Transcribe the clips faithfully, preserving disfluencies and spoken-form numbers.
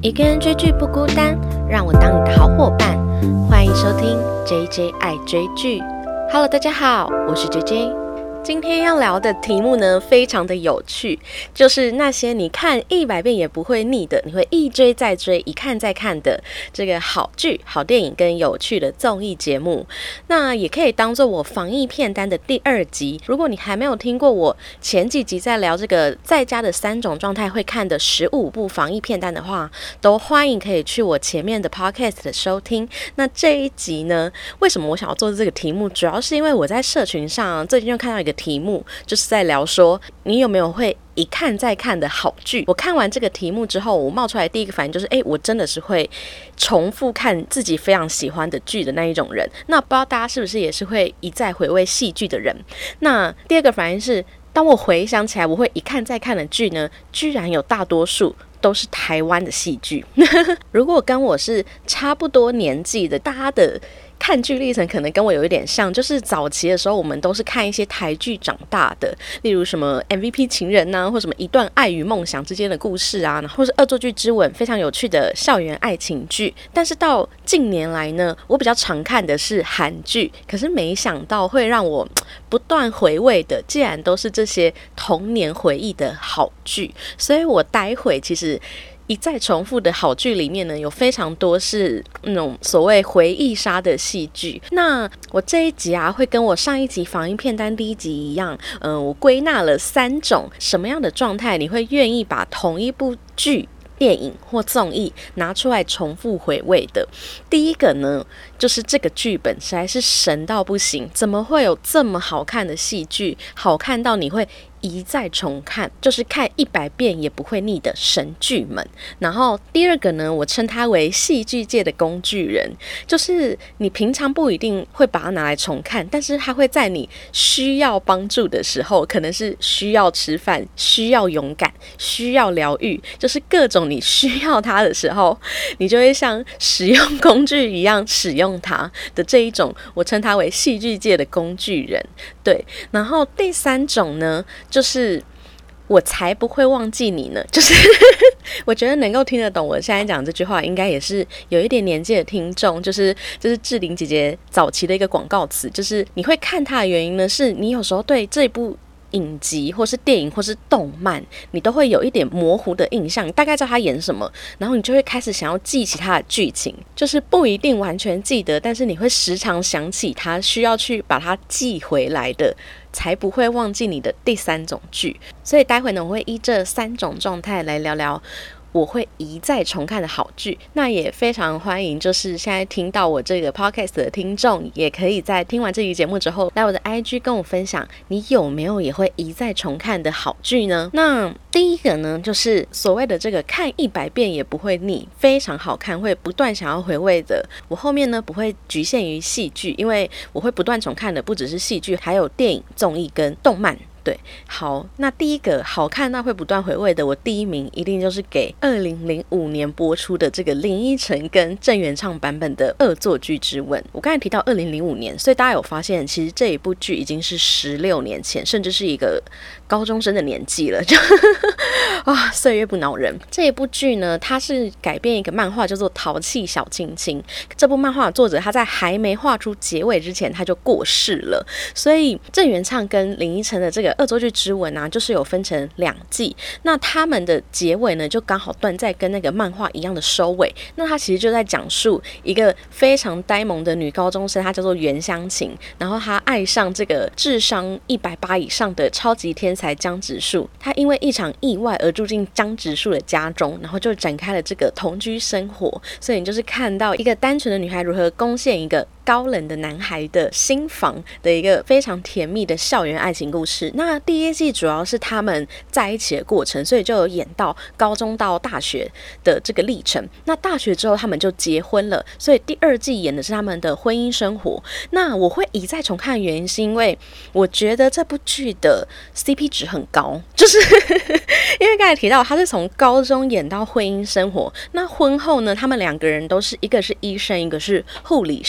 一个人追剧不孤单，让我当你的好伙伴。欢迎收听 J J 爱追剧。Hello， 大家好，我是 J J。今天要聊的题目呢，非常的有趣，就是那些你看一百遍也不会腻的，你会一追再追，一看再看的这个好剧、好电影跟有趣的综艺节目。那也可以当做我防疫片单的第二集。如果你还没有听过我前几集在聊这个在家的三种状态会看的十五部防疫片单的话，都欢迎可以去我前面的 podcast 的收听。那这一集呢，为什么我想要做这个题目，主要是因为我在社群上最近就看到一个题目，就是在聊说你有没有会一看再看的好剧。我看完这个题目之后，我冒出来第一个反应就是哎、欸，我真的是会重复看自己非常喜欢的剧的那一种人。那不知道大家是不是也是会一再回味戏剧的人。那第二个反应是，当我回想起来我会一看再看的剧呢，居然有大多数都是台湾的戏剧。如果跟我是差不多年纪的，大家的看剧历程可能跟我有一点像，就是早期的时候我们都是看一些台剧长大的，例如什么 M V P 情人啊，或什么一段爱与梦想之间的故事啊，或是恶作剧之吻，非常有趣的校园爱情剧。但是到近年来呢，我比较常看的是韩剧，可是没想到会让我不断回味的，竟然都是这些童年回忆的好剧。所以我待会其实一再重复的好剧里面呢，有非常多是那种所谓回忆杀的戏剧。那我这一集啊，会跟我上一集防疫片单第一集一样，嗯、呃，我归纳了三种什么样的状态你会愿意把同一部剧、电影或综艺拿出来重复回味的。第一个呢，就是这个剧本实在是神到不行，怎么会有这么好看的戏剧，好看到你会一再重看，就是看一百遍也不会腻的神剧们。然后第二个呢，我称它为戏剧界的工具人，就是你平常不一定会把它拿来重看，但是它会在你需要帮助的时候，可能是需要吃饭、需要勇敢、需要疗愈，就是各种你需要它的时候，你就会像使用工具一样使用它的这一种，我称它为戏剧界的工具人。对，然后第三种呢，就是我才不会忘记你呢，就是我觉得能够听得懂我现在讲这句话，应该也是有一点年纪的听众，就是就是志玲姐姐早期的一个广告词，就是你会看她的原因呢，是你有时候对这部影集或是电影或是动漫，你都会有一点模糊的印象，大概知道他演什么，然后你就会开始想要记起他的剧情，就是不一定完全记得，但是你会时常想起他，需要去把它记回来的，才不会忘记你的第三种剧。所以待会呢，我会依这三种状态来聊聊我会一再重看的好剧。那也非常欢迎就是现在听到我这个 podcast 的听众，也可以在听完这期节目之后来我的 I G 跟我分享，你有没有也会一再重看的好剧呢？那第一个呢，就是所谓的这个看一百遍也不会腻，非常好看，会不断想要回味的。我后面呢不会局限于戏剧，因为我会不断重看的不只是戏剧，还有电影、综艺跟动漫。对，好，那第一个好看那会不断回味的，我第一名一定就是给二零零五年播出的这个林依晨跟郑元畅版本的《恶作剧之吻》。我刚才提到二零零五年，所以大家有发现，其实这一部剧已经是十六年前，甚至是一个高中生的年纪了，就啊，岁月不恼人。这一部剧呢，它是改编一个漫画叫做《淘气小亲亲》。这部漫画的作者他在还没画出结尾之前，他就过世了，所以郑元畅跟林依晨的这个恶作剧之吻啊，就是有分成两季。那他们的结尾呢，就刚好断在跟那个漫画一样的收尾。那他其实就在讲述一个非常呆萌的女高中生，她叫做袁湘琴，然后她爱上这个智商一百八以上的超级天才江直树。她因为一场意外而住进江直树的家中，然后就展开了这个同居生活。所以你就是看到一个单纯的女孩如何攻陷一个高冷的男孩的心房的一个非常甜蜜的校园爱情故事。那第一季主要是他们在一起的过程，所以就有演到高中到大学的这个历程。那大学之后他们就结婚了，所以第二季演的是他们的婚姻生活。那我会一再重看的原因是因为我觉得这部剧的 C P 值很高，就是因为刚才提到他是从高中演到婚姻生活，那婚后呢，他们两个人都是一个是医生，一个是护理师。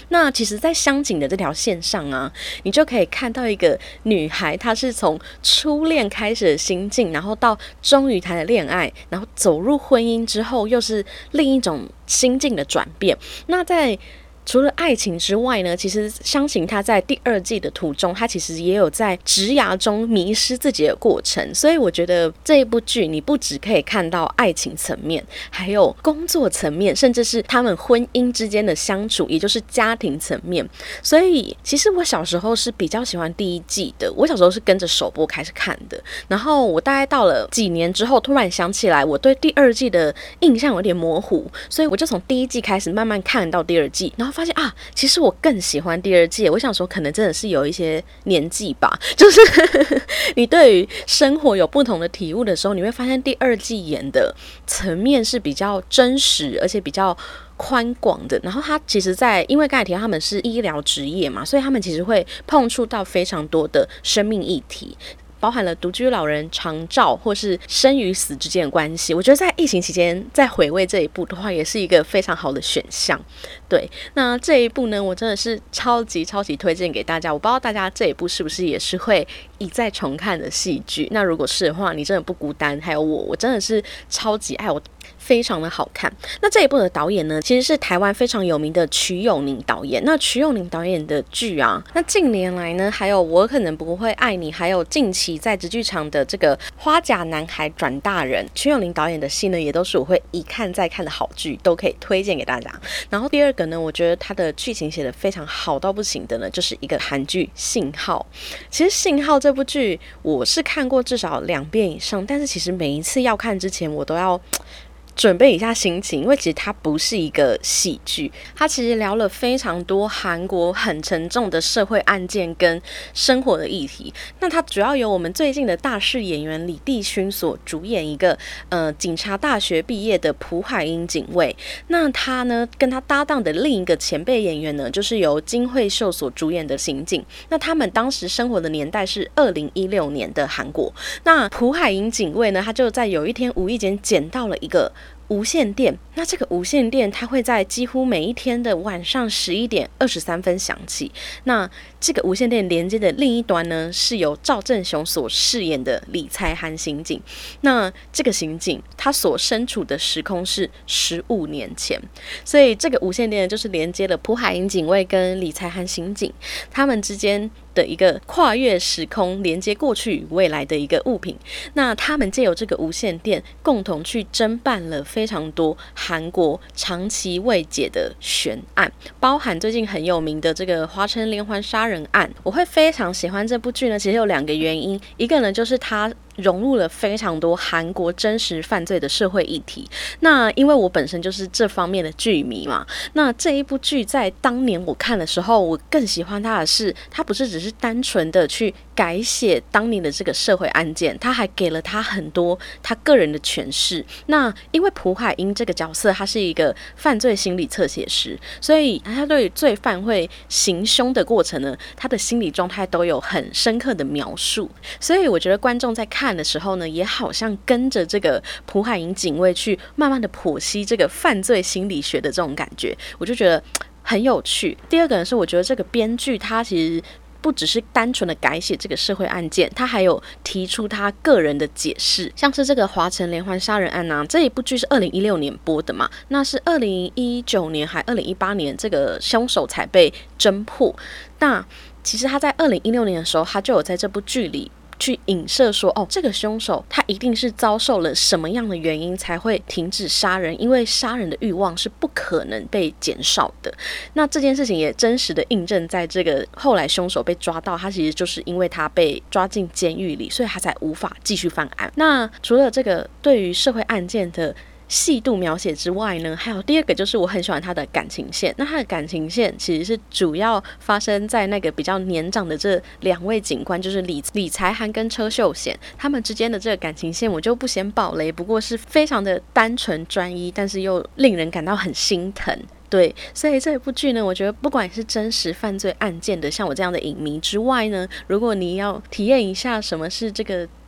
那其实在香景的这条线上啊，你就可以看到一个女孩，她是从初恋开始的心境，然后到终于谈了恋爱，然后走入婚姻之后又是另一种心境的转变。那在除了爱情之外呢，其实湘琴她在第二季的途中，她其实也有在职涯中迷失自己的过程，所以我觉得这一部剧你不只可以看到爱情层面，还有工作层面，甚至是他们婚姻之间的相处，也就是家庭层面。所以其实我小时候是比较喜欢第一季的，我小时候是跟着首播开始看的，然后我大概到了几年之后，突然想起来我对第二季的印象有点模糊，所以我就从第一季开始慢慢看到第二季，然后发现啊，其实我更喜欢第二季。我想说可能真的是有一些年纪吧，就是你对于生活有不同的体悟的时候，你会发现第二季演的层面是比较真实而且比较宽广的。然后他其实在因为刚才提到他们是医疗职业嘛，所以他们其实会碰触到非常多的生命议题，包含了独居老人、长照或是生与死之间的关系。我觉得在疫情期间再回味这一部的话，也是一个非常好的选项。对，那这一部呢，我真的是超级超级推荐给大家。我不知道大家这一部是不是也是会一再重看的戏剧，那如果是的话，你真的不孤单。还有我，我真的是超级爱，我非常的好看。那这一部的导演呢，其实是台湾非常有名的瞿友宁导演。那瞿友宁导演的剧啊，那近年来呢，还有我可能不会爱你，还有近期在直剧场的这个花甲男孩转大人，瞿友宁导演的戏呢，也都是我会一看再看的好剧，都可以推荐给大家。然后第二个呢，我觉得他的剧情写得非常好到不行的呢，就是一个韩剧《信号》。其实《信号》这部剧我是看过至少两遍以上，但是其实每一次要看之前，我都要准备一下心情，因为其实它不是一个喜剧，它其实聊了非常多韩国很沉重的社会案件跟生活的议题。那它主要由我们最近的大势演员李帝勋所主演一个呃警察大学毕业的朴海英警卫。那他呢跟他搭档的另一个前辈演员呢，就是由金惠秀所主演的刑警。那他们当时生活的年代是二零一六年的韩国。那朴海英警卫呢，他就在有一天无意间捡到了一个无线电，那这个无线电它会在几乎每一天的晚上十一点二十三分响起。那这个无线电连接的另一端呢，是由赵正雄所饰演的李才涵刑警。那这个刑警他所身处的时空是十五年前，所以这个无线电就是连接了朴海英警卫跟李才涵刑警他们之间的一个跨越时空，连接过去与未来的一个物品。那他们藉由这个无线电，共同去侦办了非常多韩国长期未解的悬案，包含最近很有名的这个华城连环杀人案。我会非常喜欢这部剧呢，其实有两个原因，一个呢就是它融入了非常多韩国真实犯罪的社会议题。那因为我本身就是这方面的剧迷嘛，那这一部剧在当年我看的时候，我更喜欢它的是，它不是只是单纯的去改写当年的这个社会案件，它还给了他很多他个人的诠释。那因为朴海英这个角色，他是一个犯罪心理侧写师，所以他对罪犯会行凶的过程呢，他的心理状态都有很深刻的描述。所以我觉得观众在看的时候呢，也好像跟着这个朴海英警卫去慢慢的剖析这个犯罪心理学的这种感觉，我就觉得很有趣。第二个呢，是我觉得这个编剧他其实不只是单纯的改写这个社会案件，他还有提出他个人的解释。像是这个华城连环杀人案啊，这一部剧是二零一六年播的嘛，那是二零一九年还二零一八年这个凶手才被侦破。那其实他在二零一六年的时候，他就有在这部剧里去影射说，哦，这个凶手他一定是遭受了什么样的原因才会停止杀人，因为杀人的欲望是不可能被减少的。那这件事情也真实的印证在这个后来凶手被抓到，他其实就是因为他被抓进监狱里，所以他才无法继续犯案。那除了这个对于社会案件的细度描写之外呢，还有第二个就是我很喜欢他的感情线。那他的感情线其实是主要发生在那个比较年长的这两位警官，就是李李才涵跟车秀贤他们之间的这个感情线，我就不先爆雷，不过是非常的单纯专一，但是又令人感到很心疼。对，所以这一部剧呢，我觉得不管是真实犯罪案件的像我这样的影迷之外呢，如果你要体验一下什么是这个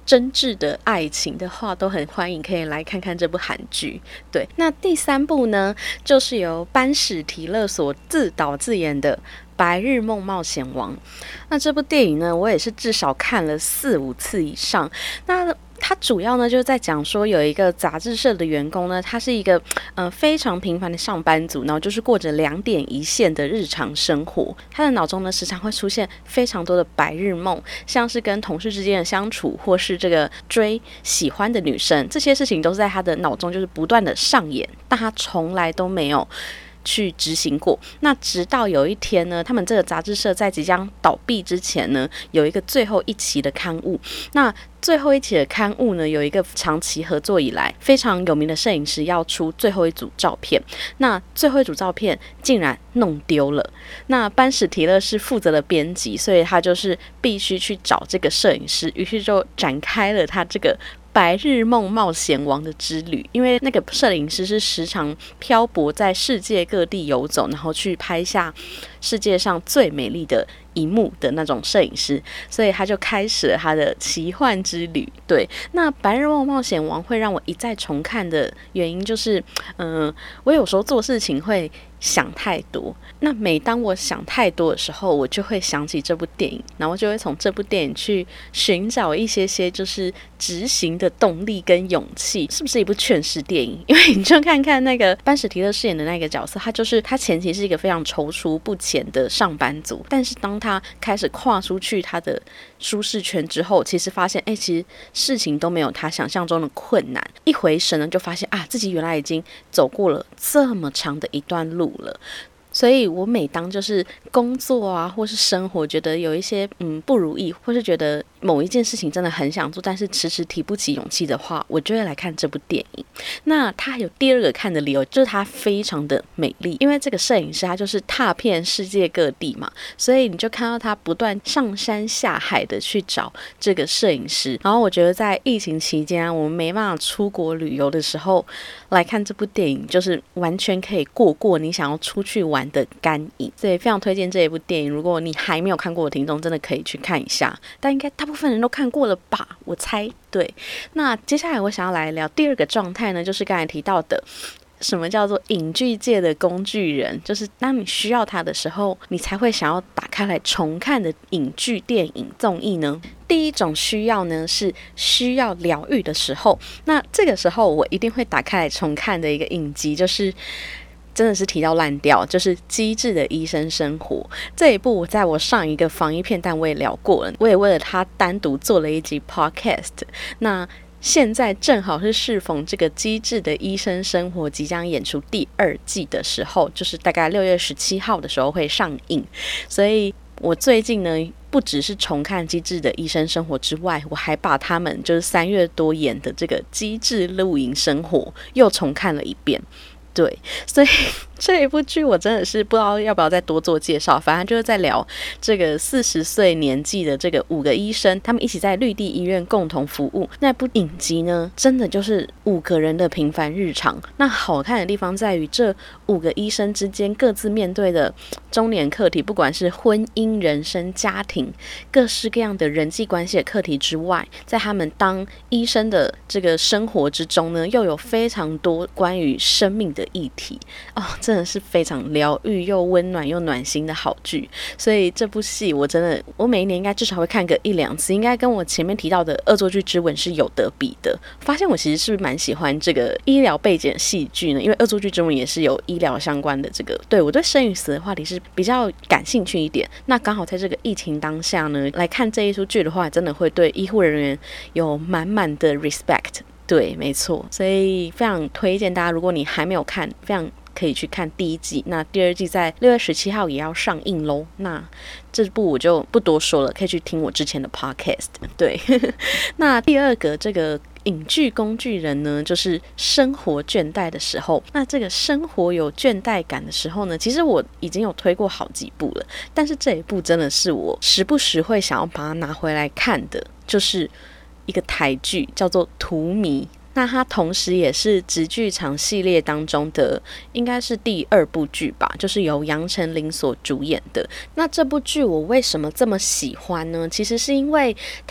真挚的爱情的话，都很欢迎可以来看看这部韩剧。对，那第三部呢，就是由班史提勒所自导自演的《白日梦冒险王》。那这部电影呢，我也是至少看了四五次以上。那它主要呢就是在讲说，有一个杂志社的员工呢，他是一个呃非常平凡的上班族，然后就是过着两点一线的日常生活。他的脑中呢时常会出现非常多的白日梦，像是跟同事之间的相处，或是这个追喜欢的女生，这些事情都是在他的脑中就是不断的上演，但他从来都没有去执行过。那直到有一天呢，他们这个杂志社在即将倒闭之前呢，有一个最后一期的刊物。那最后一期的刊物呢，有一个长期合作以来非常有名的摄影师要出最后一组照片。那最后一组照片竟然弄丢了。那班史提勒是负责的编辑，所以他就是必须去找这个摄影师，于是就展开了他这个白日梦冒险王的之旅。因为那个摄影师是时常漂泊在世界各地游走，然后去拍下世界上最美丽的一幕的那种摄影师，所以他就开始了他的奇幻之旅。对，那白日梦冒险王会让我一再重看的原因就是，嗯、呃，我有时候做事情会想太多，那每当我想太多的时候，我就会想起这部电影，然后就会从这部电影去寻找一些些就是执行的动力跟勇气。是不是一部劝世电影？因为你就看看那个班史提勒饰演的那个角色，他就是他前期是一个非常踌躇不前的上班族，但是当他开始跨出去他的舒适圈之后，其实发现哎、欸，其实事情都没有他想象中的困难。一回神呢，就发现啊，自己原来已经走过了这么长的一段路了。所以我每当就是工作啊或是生活觉得有一些嗯不如意，或是觉得某一件事情真的很想做但是迟迟提不起勇气的话，我就会来看这部电影。那它有第二个看的理由，就是它非常的美丽。因为这个摄影师他就是踏遍世界各地嘛，所以你就看到他不断上山下海的去找这个摄影师。然后我觉得在疫情期间啊，我们没办法出国旅游的时候来看这部电影，就是完全可以过过你想要出去玩的干瘾。所以非常推荐这一部电影，如果你还没有看过的听众真的可以去看一下，但应该大部分人都看过了吧，我猜。对，那接下来我想要来聊第二个状态呢，就是刚才提到的什么叫做影剧界的工具人，就是当你需要它的时候，你才会想要打开来重看的影剧、电影、综艺呢。第一种需要呢，是需要疗愈的时候，那这个时候我一定会打开来重看的一个影集，就是真的是提到烂掉，就是《机智的医生生活》这一部，我在我上一个防疫片段我也聊过了，我也为了它单独做了一集 podcast。那现在正好是适逢这个《机智的医生生活》即将演出第二季的时候，就是大概六月十七号的时候会上映，所以我最近呢，不只是重看《机智的医生生活》之外，我还把他们就是三月多演的这个《机智露营生活》又重看了一遍。对，所以这一部剧我真的是不知道要不要再多做介绍，反正就是在聊这个四十岁年纪的这个五个医生，他们一起在绿地医院共同服务。那部影集呢，真的就是五个人的平凡日常。那好看的地方在于这五个医生之间各自面对的中年课题，不管是婚姻、人生、家庭，各式各样的人际关系的课题之外，在他们当医生的这个生活之中呢，又有非常多关于生命的议题哦，真的是非常疗愈又温暖又暖心的好剧。所以这部戏我真的，我每一年应该至少会看个一两次，应该跟我前面提到的《恶作剧之吻》是有得比的。发现我其实是蛮喜欢这个医疗背景戏剧呢，因为《恶作剧之吻》也是有医疗相关的这个，对我对生与死的话题是比较感兴趣一点。那刚好在这个疫情当下呢，来看这一出剧的话，真的会对医护人员有满满的 respect。对，没错，所以非常推荐大家，如果你还没有看，非常可以去看第一季。那第二季在六月十七号也要上映咯。那这部我就不多说了，可以去听我之前的 podcast。对，那第二个这个影剧工具人呢，就是生活倦怠的时候。那这个生活有倦怠感的时候呢，其实我已经有推过好几部了，但是这一部真的是我时不时会想要把它拿回来看的，就是一个台剧叫做《荼蘼》。那它同时也是直剧场系列当中的应该是第二部剧吧，就是由杨丞琳所主演的。那这部剧我为什么这么喜欢呢？其实是因为它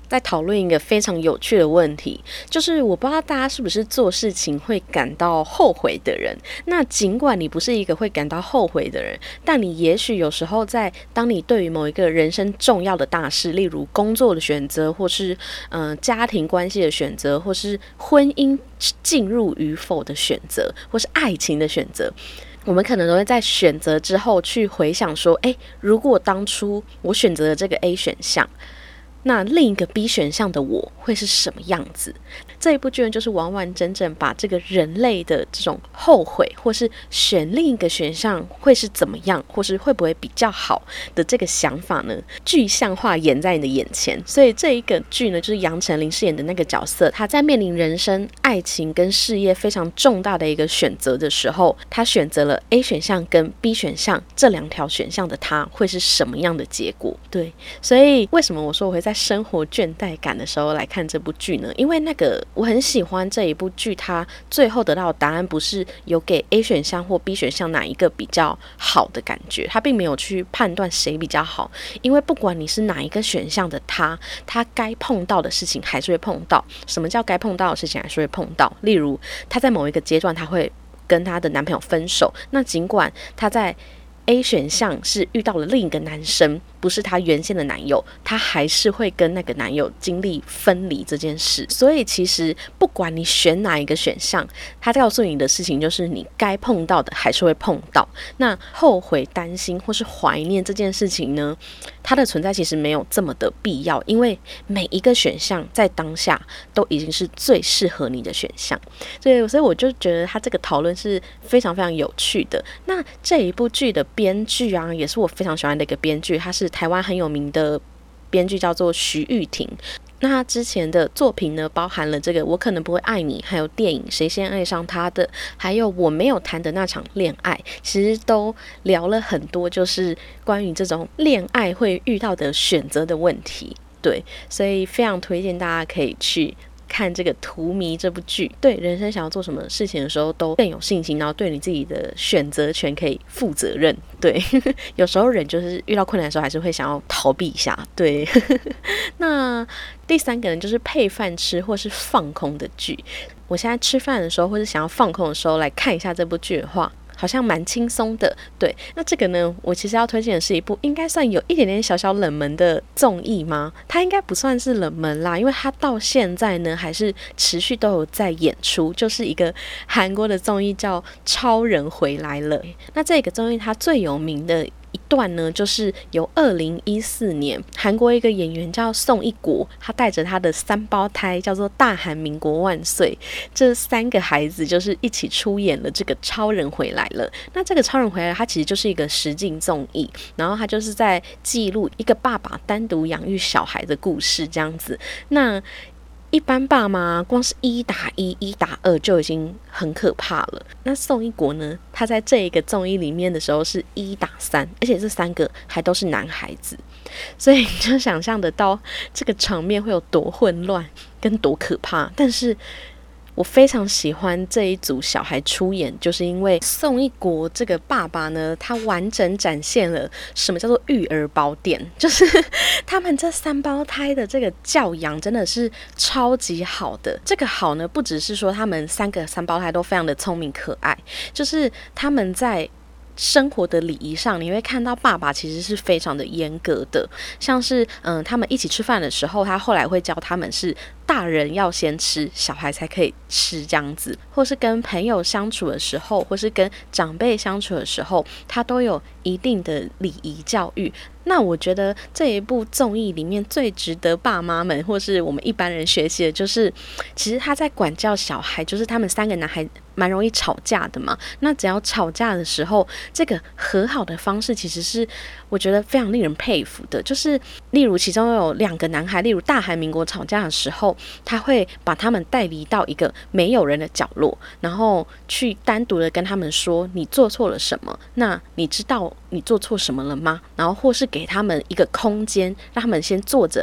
在讨论一个非常有趣的问题，就是我不知道大家是不是做事情会感到后悔的人。那尽管你不是一个会感到后悔的人，但你也许有时候在当你对于某一个人生重要的大事，例如工作的选择，或是、呃、家庭关系的选择，或是婚姻进入与否的选择，或是爱情的选择，我们可能都会在选择之后去回想说，诶，如果当初我选择了这个 A 选项，那另一个 B 选项的我会是什么样子？这一部剧呢，就是完完整整把这个人类的这种后悔，或是选另一个选项会是怎么样，或是会不会比较好的这个想法呢，具象化演在你的眼前。所以这一个剧呢，就是杨丞琳饰演的那个角色，他在面临人生、爱情跟事业非常重大的一个选择的时候，他选择了 A 选项跟 B 选项这两条选项的他会是什么样的结果？对，所以为什么我说我会在生活倦怠感的时候来看这部剧呢？因为那个我很喜欢这一部剧，它最后得到的答案不是有给 A 选项或 B 选项哪一个比较好的感觉，它并没有去判断谁比较好，因为不管你是哪一个选项的他，他该碰到的事情还是会碰到。什么叫该碰到的事情还是会碰到？例如他在某一个阶段他会跟他的男朋友分手，那尽管他在A 选项是遇到了另一个男生，不是他原先的男友，他还是会跟那个男友经历分离这件事。所以其实不管你选哪一个选项，他告诉你的事情就是你该碰到的还是会碰到。那后悔、担心或是怀念这件事情呢，它的存在其实没有这么的必要，因为每一个选项在当下都已经是最适合你的选项。所以所以我就觉得他这个讨论是非常非常有趣的。那这一部剧的编剧啊，也是我非常喜欢的一个编剧，他是台湾很有名的编剧，叫做徐玉婷。那他之前的作品呢，包含了这个《我可能不会爱你》，还有电影《谁先爱上他的》，还有我没有谈的那场恋爱，其实都聊了很多，就是关于这种恋爱会遇到的选择的问题。对，所以非常推荐大家可以去看这个《荼蘼》这部剧，对人生想要做什么事情的时候都更有信心，然后对你自己的选择权可以负责任。对，有时候人就是遇到困难的时候还是会想要逃避一下。对，那第三个人就是配饭吃或是放空的剧。我现在吃饭的时候或是想要放空的时候来看一下这部剧的话，好像蛮轻松的。对，那这个呢，我其实要推荐的是一部应该算有一点点小小冷门的综艺吗？它应该不算是冷门啦，因为它到现在呢还是持续都有在演出，就是一个韩国的综艺叫《超人回来了》。那这个综艺它最有名的一段呢，就是由二零一四年韩国一个演员叫宋一国，他带着他的三胞胎叫做大韩民国万岁，这三个孩子就是一起出演了这个超人回来了。那这个超人回来了，它其实就是一个实境综艺，然后它就是在记录一个爸爸单独养育小孩的故事这样子。那一般爸妈光是一打一、一打二就已经很可怕了。那宋一国呢，他在这一个综艺里面的时候是一打三，而且这三个还都是男孩子，所以你就想象得到这个场面会有多混乱跟多可怕。但是我非常喜欢这一组小孩出演，就是因为宋一国这个爸爸呢，他完整展现了什么叫做育儿宝典，就是他们这三胞胎的这个教养真的是超级好的。这个好呢，不只是说他们三个三胞胎都非常的聪明可爱，就是他们在生活的礼仪上，你会看到爸爸其实是非常的严格的，像是嗯，他们一起吃饭的时候，他后来会教他们是大人要先吃，小孩才可以吃这样子，或是跟朋友相处的时候，或是跟长辈相处的时候，他都有一定的礼仪教育。那我觉得这一部综艺里面最值得爸妈们或是我们一般人学习的就是，其实他在管教小孩，就是他们三个男孩蛮容易吵架的嘛，那只要吵架的时候，这个和好的方式其实是我觉得非常令人佩服的。就是例如其中有两个男孩，例如大韩民国吵架的时候，他会把他们带离到一个没有人的角落，然后去单独的跟他们说你做错了什么，那你知道你做错什么了吗？然后或是给他们一个空间，让他们先坐着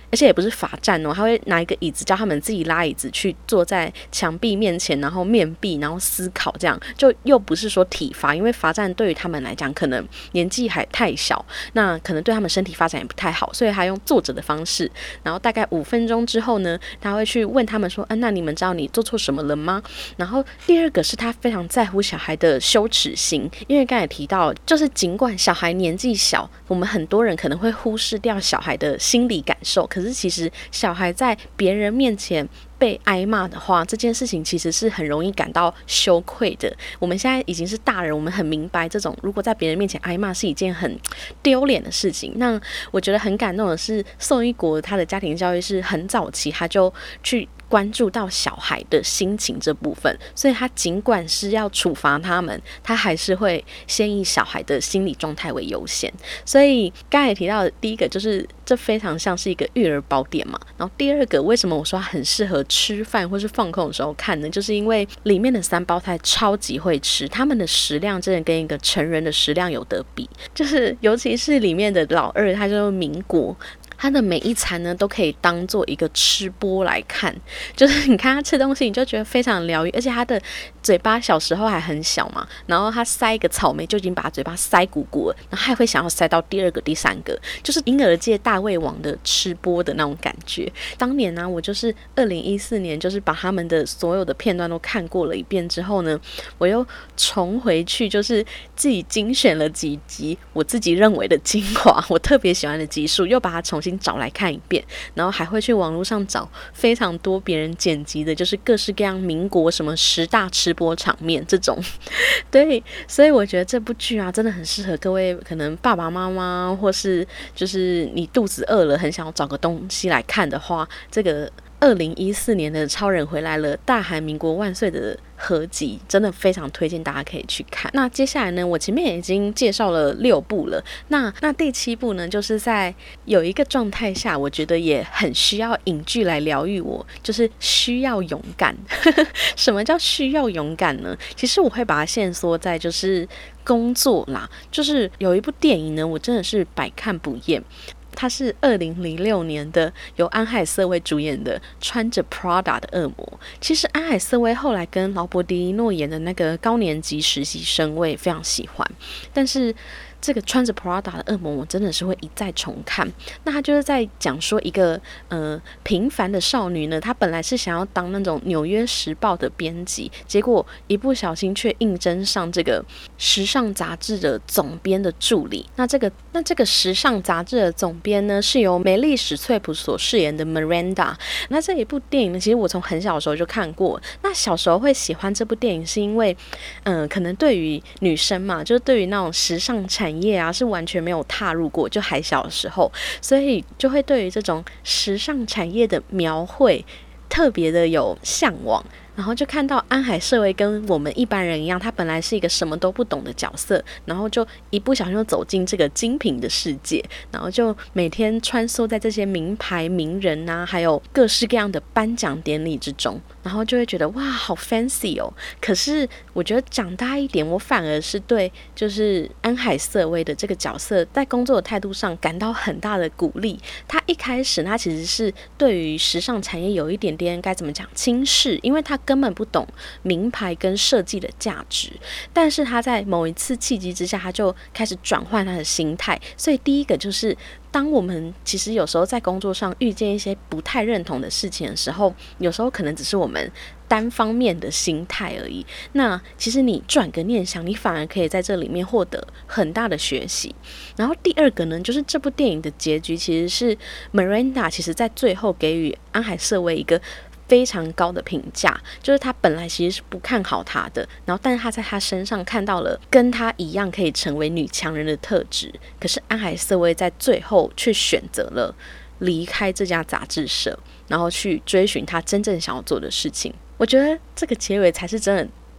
而且也不是罚站哦，他会拿一个椅子叫他们自己拉椅子去坐在墙壁面前，然后面壁，然后思考，这样就又不是说体罚，因为罚站对于他们来讲可能年纪还太小，那可能对他们身体发展也不太好，所以他用坐着的方式，然后大概五分钟之后呢，他会去问他们说，啊，那你们知道你做错什么了吗？然后第二个是他非常在乎小孩的羞耻心，因为刚才提到，就是尽管小孩年纪小，我们很多人可能会忽视掉小孩的心理感受，可是其实小孩在别人面前被挨骂的话，这件事情其实是很容易感到羞愧的。我们现在已经是大人，我们很明白这种如果在别人面前挨骂是一件很丢脸的事情。那我觉得很感动的是，宋一国他的家庭教育是很早期他就去关注到小孩的心情这部分，所以他尽管是要处罚他们，他还是会先以小孩的心理状态为优先。所以刚才也提到的第一个就是这非常像是一个育儿宝典嘛，然后第二个为什么我说它很适合吃饭或是放空的时候看呢？就是因为里面的三胞胎超级会吃，他们的食量真的跟一个成人的食量有得比，就是尤其是里面的老二，他叫民国，他的每一餐呢都可以当做一个吃播来看，就是你看他吃东西你就觉得非常疗愈，而且他的嘴巴小时候还很小嘛，然后他塞一个草莓就已经把嘴巴塞鼓鼓了，然后还会想要塞到第二个第三个，就是婴儿界大胃王的吃播的那种感觉。当年呢、啊、我就是二零一四年就是把他们的所有的片段都看过了一遍之后呢，我又重回去就是自己精选了几集我自己认为的精华，我特别喜欢的集数，又把它重新找来看一遍，然后还会去网络上找非常多别人剪辑的，就是各式各样民国什么十大吃播场面这种。对，所以我觉得这部剧啊真的很适合各位可能爸爸妈妈，或是就是你肚子饿了很想要找个东西来看的话，这个二零一四年的超人回来了大韩民国万岁的合集真的非常推荐大家可以去看。那接下来呢，我前面已经介绍了六部了，那那第七部呢，就是在有一个状态下我觉得也很需要影剧来疗愈我，就是需要勇敢。什么叫需要勇敢呢？其实我会把它限缩在就是工作啦，就是有一部电影呢我真的是百看不厌，它是二零零六年的，由安海瑟薇主演的《穿着 Prada 的恶魔》。其实安海瑟薇后来跟劳勃迪尼诺演的那个高年级实习生，我也非常喜欢。但是这个穿着 Prada 的恶魔，我真的是会一再重看。那他就是在讲说一个呃平凡的少女呢，她本来是想要当那种纽约时报的编辑，结果一不小心却应征上这个时尚杂志的总编的助理。那这个那这个时尚杂志的总编呢，是由梅丽史翠普所饰演的 Miranda。那这一部电影呢，其实我从很小的时候就看过。那小时候会喜欢这部电影，是因为嗯、呃，可能对于女生嘛，就是对于那种时尚产业啊是完全没有踏入过，就还小的时候，所以就会对于这种时尚产业的描绘特别的有向往。然后就看到安海瑟薇跟我们一般人一样，他本来是一个什么都不懂的角色，然后就一不小心就走进这个精品的世界，然后就每天穿梭在这些名牌名人啊，还有各式各样的颁奖典礼之中，然后就会觉得哇好 fancy 哦。可是我觉得长大一点，我反而是对就是安海瑟薇的这个角色在工作的态度上感到很大的鼓励。他一开始他其实是对于时尚产业有一点点该怎么讲轻视，因为他根本不懂名牌跟设计的价值，但是他在某一次契机之下，他就开始转换他的心态。所以第一个就是当我们其实有时候在工作上遇见一些不太认同的事情的时候，有时候可能只是我们单方面的心态而已，那其实你转个念想，你反而可以在这里面获得很大的学习。然后第二个呢，就是这部电影的结局其实是 Miranda 其实在最后给予安海瑟薇一个非常高的评价，就是他本来其实是不看好他的，然后但是他在他身上看到了跟他一样可以成为女强人的特质。可是安海瑟薇在最后却选择了离开这家杂志社，然后去追寻他真正想要做的事情。我觉得这个结尾才是真的太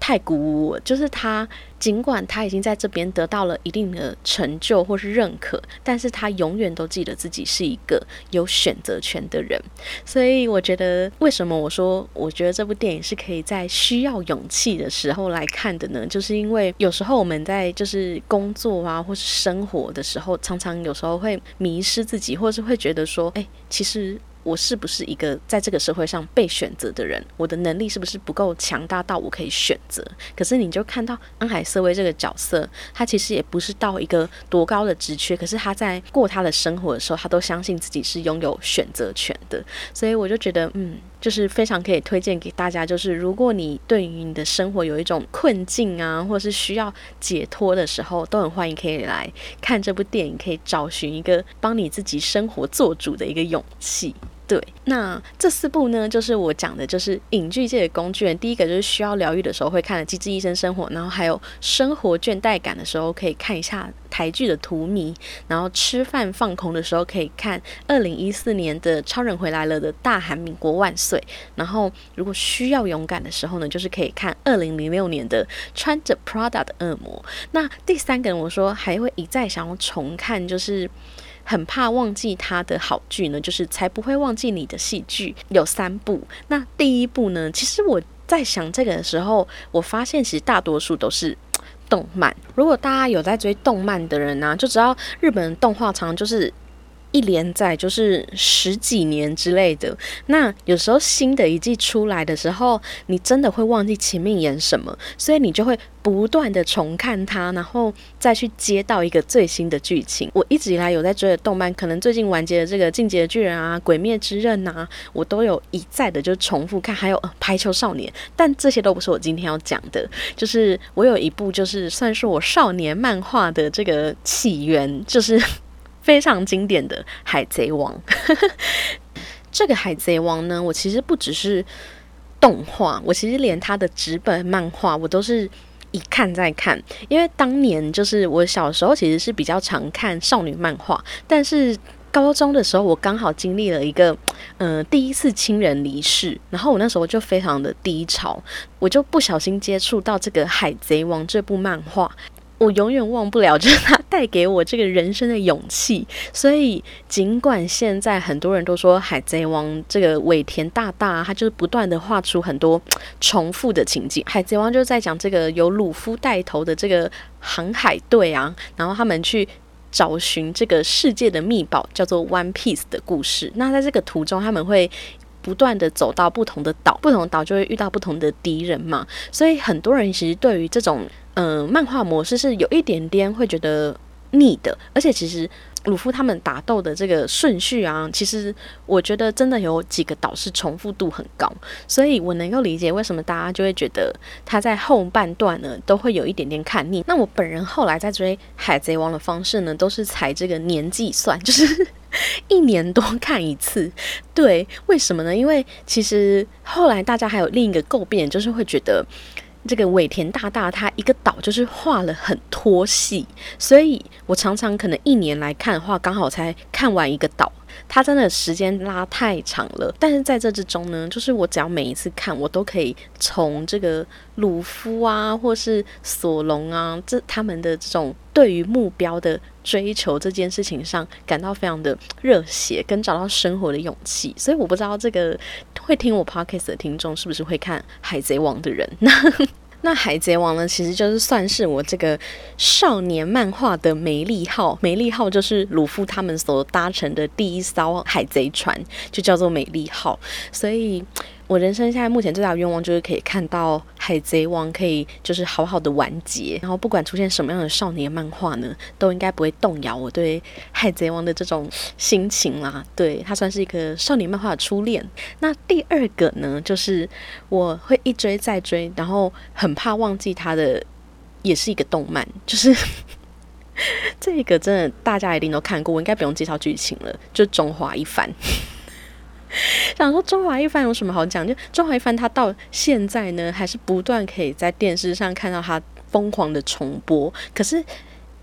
太鼓舞我，就是他尽管他已经在这边得到了一定的成就或是认可，但是他永远都记得自己是一个有选择权的人。所以我觉得为什么我说我觉得这部电影是可以在需要勇气的时候来看的呢？就是因为有时候我们在就是工作啊或是生活的时候，常常有时候会迷失自己，或是会觉得说哎，其实我是不是一个在这个社会上被选择的人，我的能力是不是不够强大到我可以选择。可是你就看到安海瑟薇这个角色，他其实也不是到一个多高的职缺，可是他在过他的生活的时候，他都相信自己是拥有选择权的。所以我就觉得嗯，就是非常可以推荐给大家，就是如果你对于你的生活有一种困境啊，或是需要解脱的时候，都很欢迎可以来看这部电影，可以找寻一个帮你自己生活做主的一个勇气。对，那这四部呢，就是我讲的就是影剧界的工具人。第一个就是需要疗愈的时候会看的《机智医生生活》，然后还有生活倦怠感的时候可以看一下台剧的《荼蘼》，然后吃饭放空的时候可以看二零一四年的《超人回来了》的大喊民国万岁，然后如果需要勇敢的时候呢，就是可以看二零零六年的穿着 Prada 的恶魔。那第三个人我说还会一再想要重看，就是很怕忘记他的好剧呢，就是才不会忘记你的戏剧，有三部。那第一部呢，其实我在想这个的时候，我发现其实大多数都是动漫。如果大家有在追动漫的人啊，就知道日本的动画常就是一连载就是十几年之类的，那有时候新的一季出来的时候，你真的会忘记前面演什么，所以你就会不断的重看它，然后再去接到一个最新的剧情。我一直以来有在追的动漫，可能最近完结的这个《进击的巨人》啊、《鬼灭之刃》啊，我都有一再的就重复看，还有、呃、排球少年，但这些都不是我今天要讲的。就是我有一部就是算是我少年漫画的这个起源，就是非常经典的海贼王这个海贼王呢，我其实不只是动画，我其实连它的纸本漫画我都是一看再看。因为当年就是我小时候其实是比较常看少女漫画，但是高中的时候我刚好经历了一个呃第一次亲人离世，然后我那时候就非常的低潮，我就不小心接触到这个海贼王这部漫画，我永远忘不了，就是它带给我这个人生的勇气。所以尽管现在很多人都说海贼王这个尾田大大他就是不断的画出很多重复的情景，海贼王就是在讲这个由鲁夫带头的这个航海队啊，然后他们去找寻这个世界的秘宝叫做 One Piece 的故事。那在这个途中他们会不断的走到不同的岛，不同的岛就会遇到不同的敌人嘛，所以很多人其实对于这种嗯、呃，漫画模式是有一点点会觉得腻的。而且其实鲁夫他们打斗的这个顺序啊，其实我觉得真的有几个岛是重复度很高，所以我能够理解为什么大家就会觉得他在后半段呢都会有一点点看腻。那我本人后来在追海贼王的方式呢，都是采这个年计算，就是一年多看一次。对，为什么呢？因为其实后来大家还有另一个诟病，就是会觉得这个尾田大大他一个岛就是画了很拖戏，所以我常常可能一年来看的话，刚好才看完一个岛，他真的时间拉太长了。但是在这之中呢，就是我只要每一次看，我都可以从这个鲁夫啊或是索隆啊这他们的这种对于目标的追求这件事情上感到非常的热血，跟找到生活的勇气。所以我不知道这个会听我 podcast 的听众是不是会看海贼王的人。那那海贼王呢，其实就是算是我这个少年漫画的梅利号。梅利号就是鲁夫他们所搭乘的第一艘海贼船，就叫做梅利号。所以我人生现在目前最大的愿望就是可以看到海贼王可以就是好好的完结，然后不管出现什么样的少年漫画呢，都应该不会动摇我对海贼王的这种心情啦。对，它算是一个少年漫画的初恋。那第二个呢，就是我会一追再追，然后很怕忘记它的，也是一个动漫，就是这个真的大家一定都看过，我应该不用介绍剧情了，就中华一番。想说中华一番有什么好讲，就中华一番它到现在呢还是不断可以在电视上看到它疯狂的重播。可是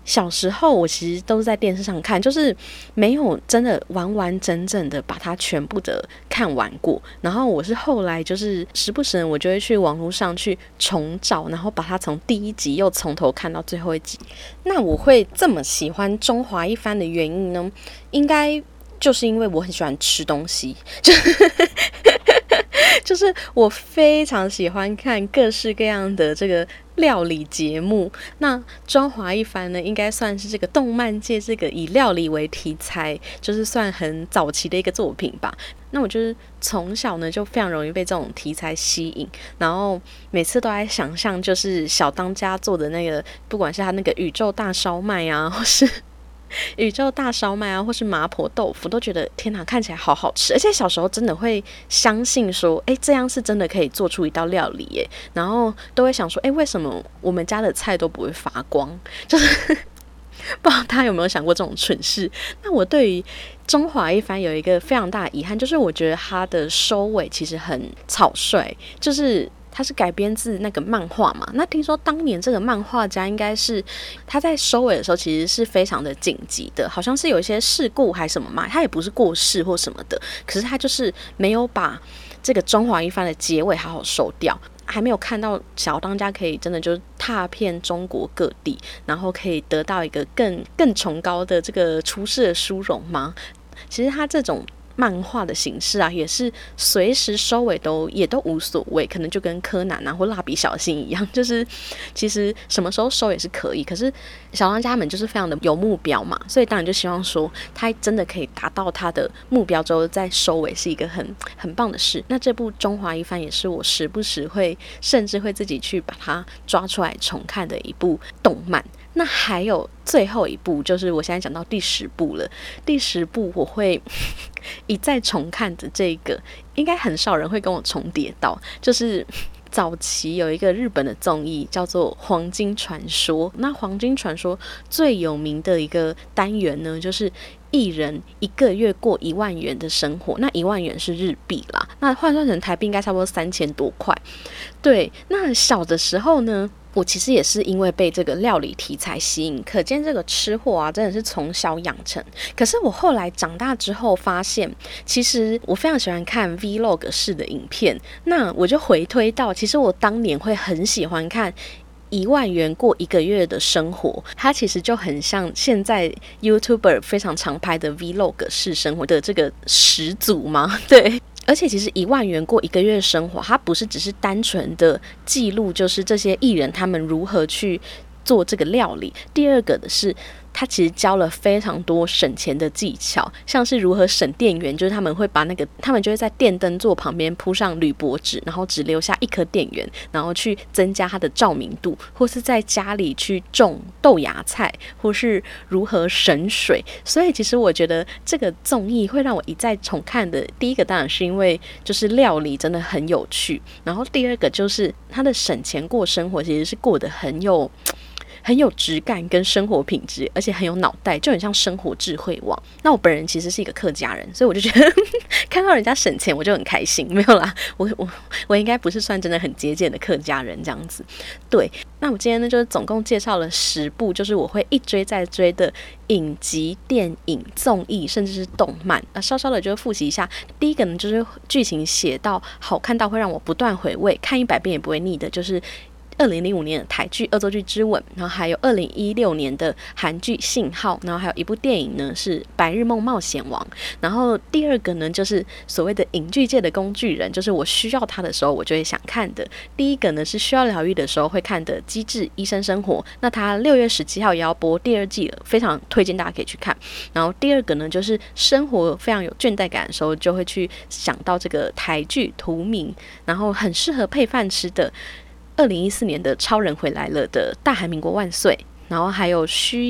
小时候我其实都是在电视上看，就是没有真的完完整整的把它全部的看完过。然后我是后来就是时不时我就会去网络上去重找，然后把它从第一集又从头看到最后一集。那我会这么喜欢中华一番的原因呢，应该就是因为我很喜欢吃东西，就是就是我非常喜欢看各式各样的这个料理节目。那中华一番呢，应该算是这个动漫界这个以料理为题材，就是算很早期的一个作品吧。那我就是从小呢就非常容易被这种题材吸引，然后每次都在想象就是小当家做的那个，不管是他那个宇宙大烧麦啊，或是宇宙大烧麦啊，或是麻婆豆腐，都觉得天哪，看起来好好吃。而且小时候真的会相信说，哎，这样是真的可以做出一道料理耶。然后都会想说，哎，为什么我们家的菜都不会发光？就是不知道大家有没有想过这种蠢事。那我对于中华一番有一个非常大的遗憾，就是我觉得它的收尾其实很草率，就是它是改编自那个漫画嘛。那听说当年这个漫画家应该是他在收尾的时候其实是非常的紧急的，好像是有一些事故还是什么嘛，他也不是过世或什么的，可是他就是没有把这个中华一番的结尾好好收掉，还没有看到小当家可以真的就是踏遍中国各地，然后可以得到一个更更崇高的这个出世的殊荣吗？其实他这种漫画的形式啊，也是随时收尾都也都无所谓，可能就跟柯南啊或蜡笔小新一样，就是其实什么时候收也是可以。可是小当家们就是非常的有目标嘛，所以当然就希望说他真的可以达到他的目标之后再收尾是一个很很棒的事。那这部中华一番也是我时不时会甚至会自己去把它抓出来重看的一部动漫。那还有最后一部，就是我现在讲到第十部了。第十部我会一再重看的，这个应该很少人会跟我重叠到，就是早期有一个日本的综艺叫做《黄金传说》。那《黄金传说》最有名的一个单元呢，就是艺人一个月过一万元的生活。那一万元是日币啦，那换算成台币应该差不多三千多块。对，那小的时候呢，我其实也是因为被这个料理题材吸引，可见这个吃货啊真的是从小养成。可是我后来长大之后发现，其实我非常喜欢看 vlog 式的影片。那我就回推到，其实我当年会很喜欢看一万元过一个月的生活，它其实就很像现在 YouTuber 非常常拍的 vlog 式生活的这个始祖嘛。对，而且其实一万元过一个月的生活，它不是只是单纯的记录，就是这些艺人他们如何去做这个料理。第二个的是，他其实教了非常多省钱的技巧，像是如何省电源，就是他们会把那个，他们就会在电灯座旁边铺上铝箔纸，然后只留下一颗电源，然后去增加它的照明度，或是在家里去种豆芽菜，或是如何省水。所以其实我觉得这个综艺会让我一再重看的，第一个当然是因为就是料理真的很有趣，然后第二个就是他的省钱过生活其实是过得很有很有质感跟生活品质，而且很有脑袋，就很像生活智慧网。那我本人其实是一个客家人，所以我就觉得看到人家省钱我就很开心。没有啦，我我我应该不是算真的很节俭的客家人这样子。对，那我今天呢就是总共介绍了十部，就是我会一追再追的影集、电影、综艺，甚至是动漫。呃，稍稍的就复习一下。第一个呢就是剧情写到好看到会让我不断回味，看一百遍也不会腻的，就是二零零五年的台剧《恶作剧之吻》，然后还有二零一六年的韩剧《信号》，然后还有一部电影呢是《白日梦冒险王》。然后第二个呢就是所谓的影剧界的工具人，就是我需要他的时候我就会想看的。第一个呢是需要疗愈的时候会看的《机智医生生活》，那他六月十七号也要播第二季了，非常推荐大家可以去看。然后第二个呢就是生活非常有倦怠感的时候就会去想到这个台剧《荼蘼》，然后很适合配饭吃的二零一四年的超人回来了的大韩民国万岁，然后还有需要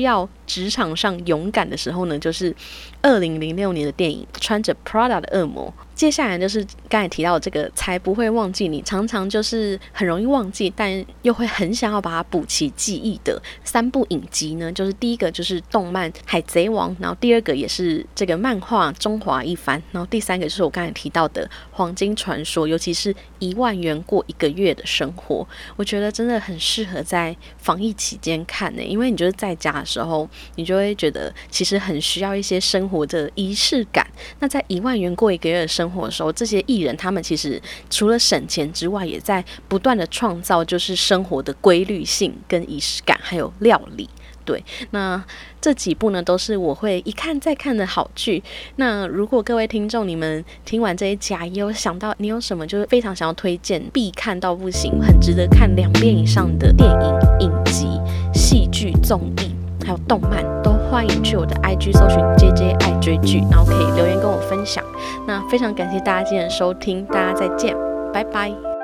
职场上勇敢的时候呢，就是二零零六年的电影《穿着 Prada 的恶魔》。接下来就是刚才提到的这个才不会忘记你，常常就是很容易忘记，但又会很想要把它补齐记忆的三部影集呢，就是第一个就是动漫《海贼王》，然后第二个也是这个漫画《中华一番》，然后第三个就是我刚才提到的《黄金传说》，尤其是一万元过一个月的生活，我觉得真的很适合在防疫期间看呢、欸，因为你就是在家的时候，你就会觉得其实很需要一些生活的仪式感。那在一万元过一个月的生活的时候，这些艺人他们其实除了省钱之外，也在不断的创造就是生活的规律性跟仪式感，还有料理。对，那这几部呢都是我会一看再看的好剧。那如果各位听众你们听完这一集也有想到你有什么就是非常想要推荐必看到不行很值得看两遍以上的电影、影集、戏剧、综艺还有动漫，都欢迎去我的 I G 搜寻 J J 爱追剧，然后可以留言跟我分享。那非常感谢大家今天的收听，大家再见，拜拜。